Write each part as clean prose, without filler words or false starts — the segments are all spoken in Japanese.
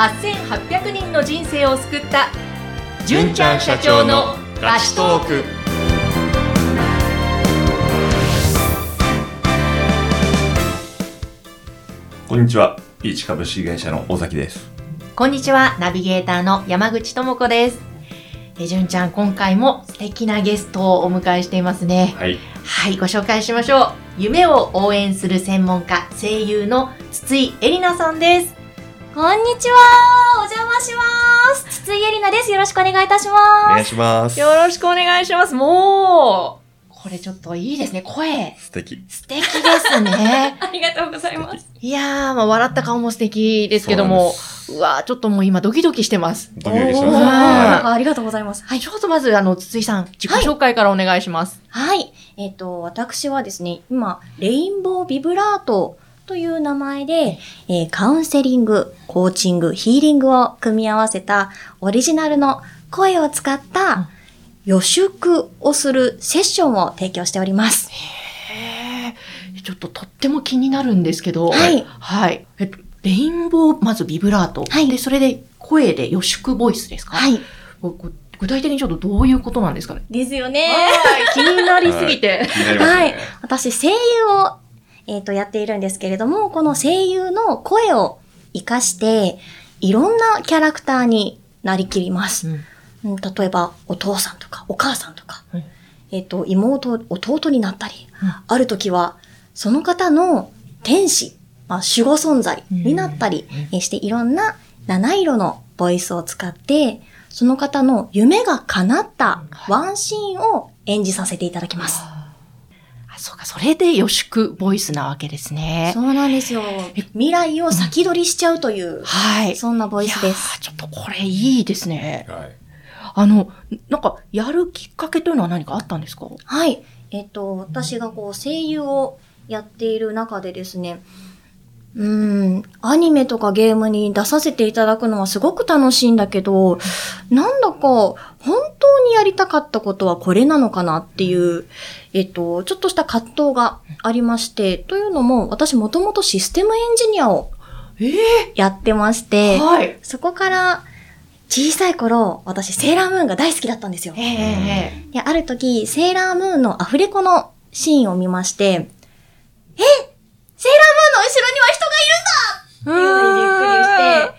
8800人の人生を救った純ちゃん社長のラストーク。 こんにちは、ピーチ株式会社の尾崎です。 こんにちは、ナビゲーターの山口智子です。純ちゃん、今回も素敵なゲストをお迎えしていますね。 はい、 ご紹介しましょう。夢を応援する専門家、声優の筒井絵里奈さんです。 こんにちは、お邪魔します。筒井絵里奈です。よろしくお願いいたします。 お願いします。 よろしくお願いします。もうこれちょっといいですね。声素敵ですね。 ありがとうございます。 いやー、笑った顔も素敵ですけども、うわー、ちょっともう今ドキドキしてます。 ドキドキしてます。 ありがとうございます。 はい、ちょっとまず筒井さん、自己紹介からお願いします。 はい。私はですね、今、レインボービブラートという名前で、カウンセリング、コーチング、ヒーリングを組み合わせたオリジナルの声を使った予祝をするセッションを提供しております。 ちょっととっても気になるんですけど、 はい。 はい。レインボー、まずビブラート。 はい。 で、それで声で予祝ボイスですか？ はい。 具体的にちょっとどういうことなんですかね？ ですよね。 気になりすぎて。 はい。私、声優を、やっているんですけれども、この声優の声を活かして、いろんなキャラクターになりきります。例えば、お父さんとか、お母さんとか、妹、弟になったり、ある時は、その方の天使、守護存在になったりして、いろんな七色のボイスを使って、その方の夢が叶ったワンシーンを演じさせていただきます。 そうか、それで予祝ボイスなわけですね。 そうなんですよ。未来を先取りしちゃうという、そんなボイスです。 ちょっとこれいいですね。 はい。 なんか、やるきっかけというのは何かあったんですか？ はい。私が声優をやっている中でですね、アニメとかゲームに出させていただくのはすごく楽しいんだけど、なんだか本当にやりたかったことはこれなのかなっていう、ちょっとした葛藤がありまして、というのも私もともとシステムエンジニアをやってまして、そこから小さい頃、私セーラームーンが大好きだったんですよ。で、ある時、セーラームーンのアフレコのシーンを見まして、セーラームーンの後ろには人がいるんだっていうのにびっくりして、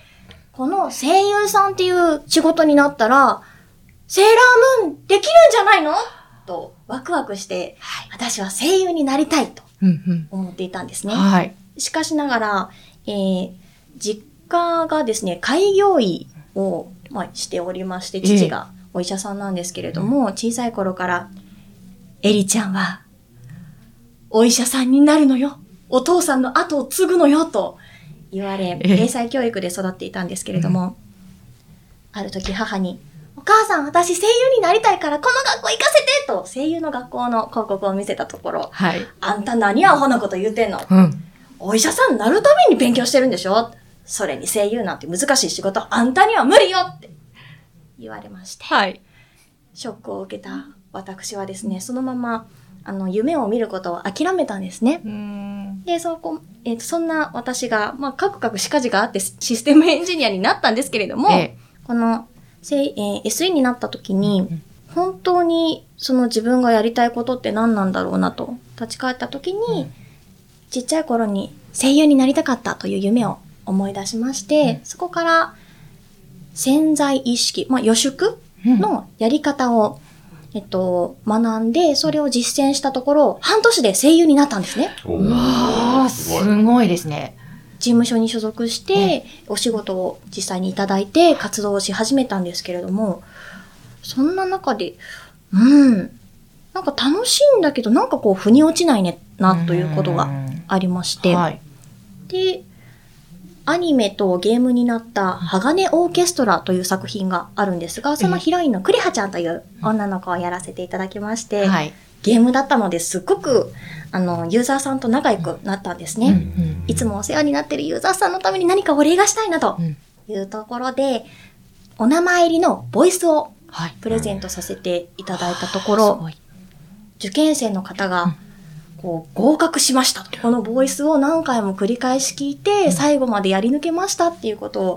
この声優さんっていう仕事になったら、セーラームーンできるんじゃないのとワクワクして、私は声優になりたいと思っていたんですね。しかしながら、実家がですね、開業医を、しておりまして、父がお医者さんなんですけれども、小さい頃から、エリちゃんは、お医者さんになるのよ。お父さんの後を継ぐのよ。と言われ、英才教育で育っていたんですけれども、ある時母に、お母さん私声優になりたいからこの学校行かせてと声優の学校の広告を見せたところ、あんた何アホなこと言ってんの、お医者さんになるために勉強してるんでしょ、それに声優なんて難しい仕事あんたには無理よって言われまして、ショックを受けた私はですね、そのまま夢を見ることを諦めたんですね。で、そんな私が、カクカクしかじがあってシステムエンジニアになったんですけれども、この、SE になった時に、本当にその自分がやりたいことって何なんだろうなと立ち返った時に、ちっちゃい頃に声優になりたかったという夢を思い出しまして、そこから潜在意識、予祝のやり方を学んで、それを実践したところ、半年で声優になったんですね。 すごいですね。 事務所に所属して、お仕事を実際にいただいて活動をし始めたんですけれども、そんな中で、なんか楽しいんだけど、なんか腑に落ちないね、な、ということがありまして、で、アニメとゲームになった鋼オーケストラという作品があるんですが、そのヒロインのクリハちゃんという女の子をやらせていただきまして、ゲームだったのですっごくユーザーさんと仲良くなったんですね。いつもお世話になっているユーザーさんのために何かお礼がしたいなというところで、お名前入りのボイスをプレゼントさせていただいたところ、受験生の方が合格しましたと。このボイスを何回も繰り返し聞いて、最後までやり抜けましたっていうことを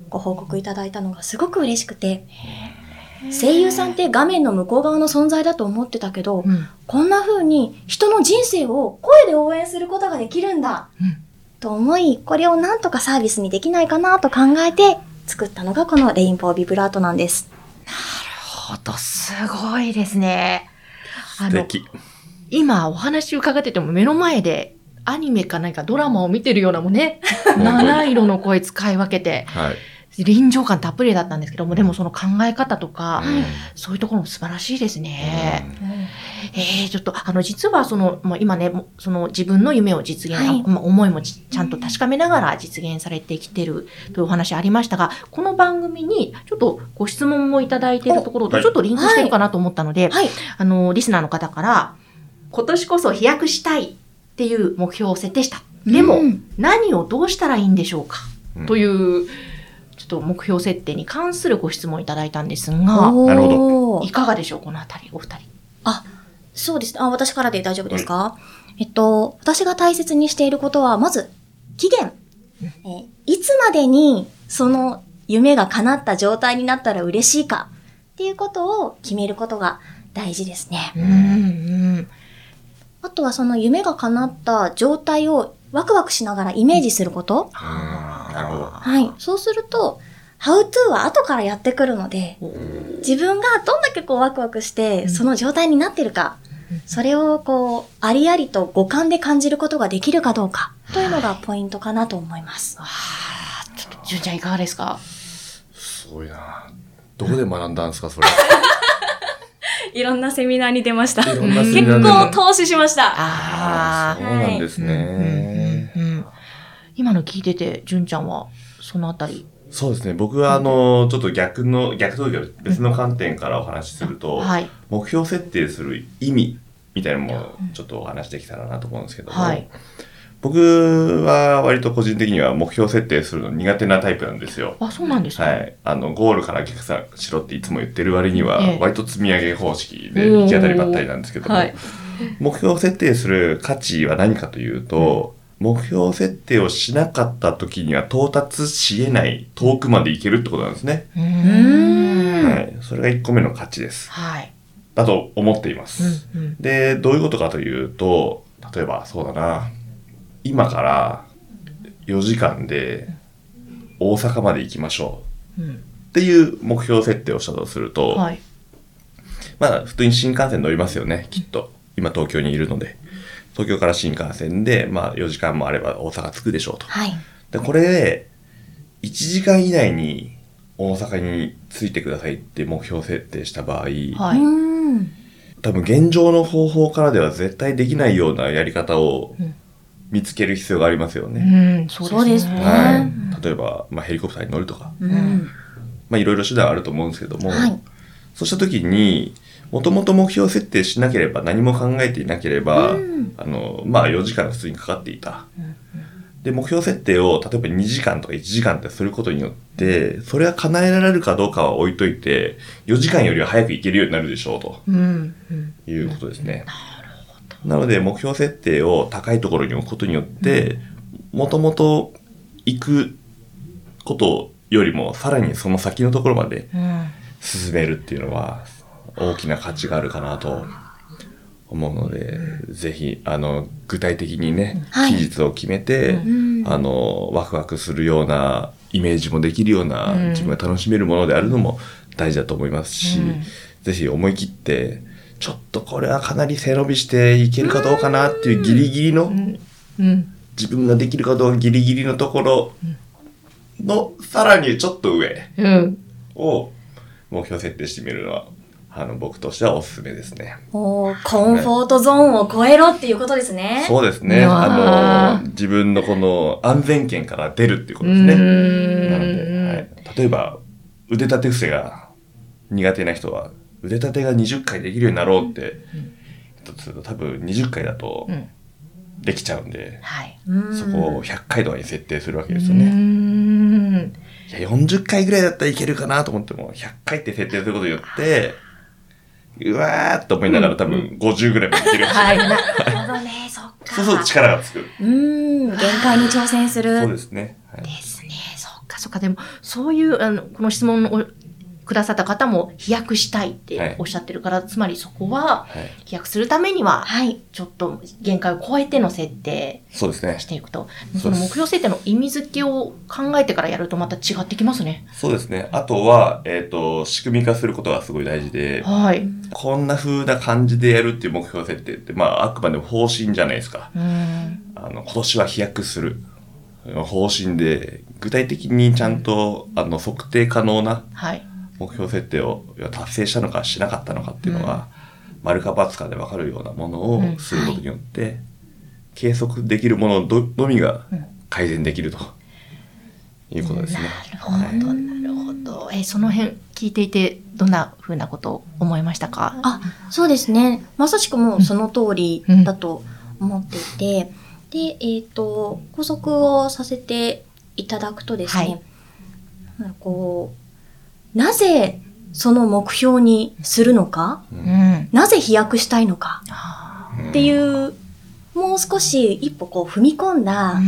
ご報告いただいたのがすごく嬉しくて、声優さんって画面の向こう側の存在だと思ってたけど、こんな風に人の人生を声で応援することができるんだ、と思い、これをなんとかサービスにできないかなと考えて作ったのがこのレインボービブラートなんです。 なるほど、すごいですね。 素敵。 今お話伺ってても目の前でアニメか何かドラマを見てるようなもんね、七色の声使い分けて、 はい。 臨場感たっぷりだったんですけども、でもその考え方とか、 うんそういうところも素晴らしいですね。ちょっと、実はもう今ね、自分の夢を実現、思いもちゃんと確かめながら実現されてきてるというお話ありましたが、この番組にちょっとご質問もいただいているところとちょっとリンクしてるかなと思ったので、リスナーの方から、今年こそ飛躍したいっていう目標を設定した。でも、何をどうしたらいいんでしょうか、という、ちょっと目標設定に関するご質問をいただいたんですが、 なるほど。いかがでしょう、このあたり、お二人。 そうですね。私からで大丈夫ですか？私が大切にしていることは、まず、期限。いつまでに、その夢が叶った状態になったら嬉しいかっていうことを決めることが大事ですね。あとはその夢が叶った状態をワクワクしながらイメージすること。 なるほど。 はい。そうすると、How to は後からやってくるので、自分がどんだけワクワクして、その状態になってるか、それをありありと五感で感じることができるかどうか、というのがポイントかなと思います。 ちょっと、純ちゃんいかがですか？ すごいな。どこで学んだんですか、それ。 いろんなセミナーに出ました。 いろんなセミナー結構投資しました。 そうなんですね。 今の聞いてて、純ちゃんはそのあたり。 そうですね。僕はちょっと逆というか別の観点からお話しすると、目標設定する意味みたいなのもちょっとお話できたらなと思うんですけども、僕は割と個人的には目標設定するの苦手なタイプなんですよ。 あ、そうなんですか？ はい。ゴールから逆算しろっていつも言ってる割には、割と積み上げ方式で行き当たりばったりなんですけども、目標設定する価値は何かというと、目標設定をしなかった時には到達し得ない遠くまで行けるってことなんですね。はい。それが1個目の価値です。 はい。 だと思っています。で、どういうことかというと、例えばそうだな、今から4時間で大阪まで行きましょうっていう目標設定をしたとすると、まあ普通に新幹線乗りますよね、きっと。今東京にいるので。東京から新幹線で、まあ4時間もあれば大阪着くでしょうと。で、これで1時間以内に大阪に着いてくださいって目標設定した場合、多分現状の方法からでは絶対できないようなやり方を見つける必要がありますよね。 そうですね。 はい。例えば、まあヘリコプターに乗るとか、まあいろいろ手段あると思うんですけども、そうした時に、もともと目標設定しなければ何も考えていなければ、まあ4時間普通にかかっていた。で、目標設定を例えば2時間とか1時間ってすることによって、それは叶えられるかどうかは置いといて、4時間よりは早く行けるようになるでしょうと、いうことですね。なので目標設定を高いところに置くことによって、もともと行くことよりもさらにその先のところまで進めるっていうのは、大きな価値があるかなと思うので、ぜひ具体的にね、期日を決めて、ワクワクするようなイメージもできるような、自分が楽しめるものであるのも大事だと思いますし、ぜひ思い切ってちょっとこれはかなり背伸びしていけるかどうかなっていうギリギリの、自分ができるかどうかギリギリのところのさらにちょっと上を目標設定してみるのは僕としてはおすすめですね。 コンフォートゾーンを超えろっていうことですね。 そうですね。自分のこの安全圏から出るっていうことですね。なので、例えば腕立て伏せが苦手な人は腕立てが20回できるようになろうってすると多分20回だとできちゃうんで、そこを100回とかに設定するわけですよね。いや40回ぐらいだったらいけるかなと思っても100回って設定することによってうわーっと思いながら多分50ぐらいまでいける。 なるほどね、そっか。 そうすると力がつく。 限界に挑戦する。 そうですね。 ですね、そっか。 そっか。でも、そういう、この質問をくださった方も飛躍したいっておっしゃってるから、つまりそこは、飛躍するためには、ちょっと限界を超えての設定していくと。その目標設定の意味付けを考えてからやるとまた違ってきますね。 そうですね。あとは、仕組み化することがすごい大事で、こんな風な感じでやるっていう目標設定って、あくまでも方針じゃないですか。今年は飛躍する。方針で、具体的にちゃんと、測定可能な、目標設定を達成したのかしなかったのかっていうのが、丸か×かで分かるようなものをすることによって、計測できるもののみが改善できるということですね。 なるほど、なるほど。その辺聞いていてどんなふうなことを思いましたか？ そうですね。まさしくもうその通りだと思っていて、で、補足をさせていただくとですね、なぜその目標にするのか、なぜ飛躍したいのかっていう、もう少し一歩踏み込んだ、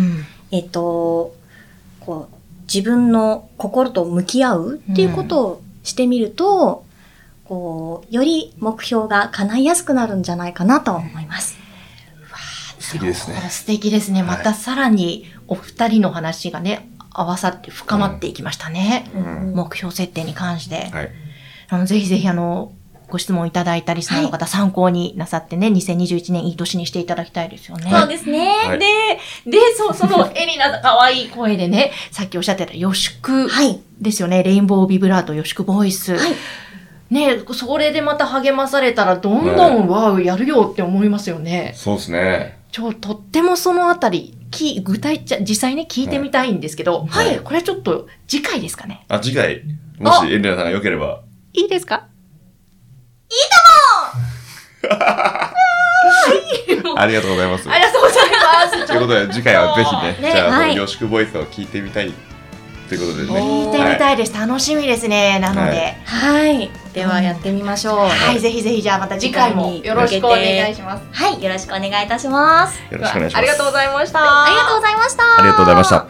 自分の心と向き合うっていうことをしてみると、より目標が叶いやすくなるんじゃないかなと思います。 素敵ですね。 素敵ですね。またさらにお二人の話がね、合わさって深まっていきましたね。目標設定に関して。ぜひぜひご質問いただいたリスナーの方、参考になさってね、2021年いい年にしていただきたいですよね。 そうですね。 で、そのエリナ可愛い声でね、さっきおっしゃってた予祝ですよね。レインボービブラート予祝ボイス。ね、それでまた励まされたら、どんどんワウやるよって思いますよね。 そうですね。 とってもそのあたり、実際ね、聞いてみたいんですけど、これちょっと次回ですかね。 次回、もしエリナさんが良ければ。 いいですか？ いいともありがとうございます。 ありがとうございます。 ということで、次回はぜひね、じゃあ、予祝ボイスを聞いてみたいということでね。 聞いてみたいです。楽しみですね。なので。 ではやってみましょう。 ぜひぜひ、じゃあまた次回もよろしくお願いします。 よろしくお願いいたします。 よろしくお願いします。 ありがとうございました。 ありがとうございました。 ありがとうございました。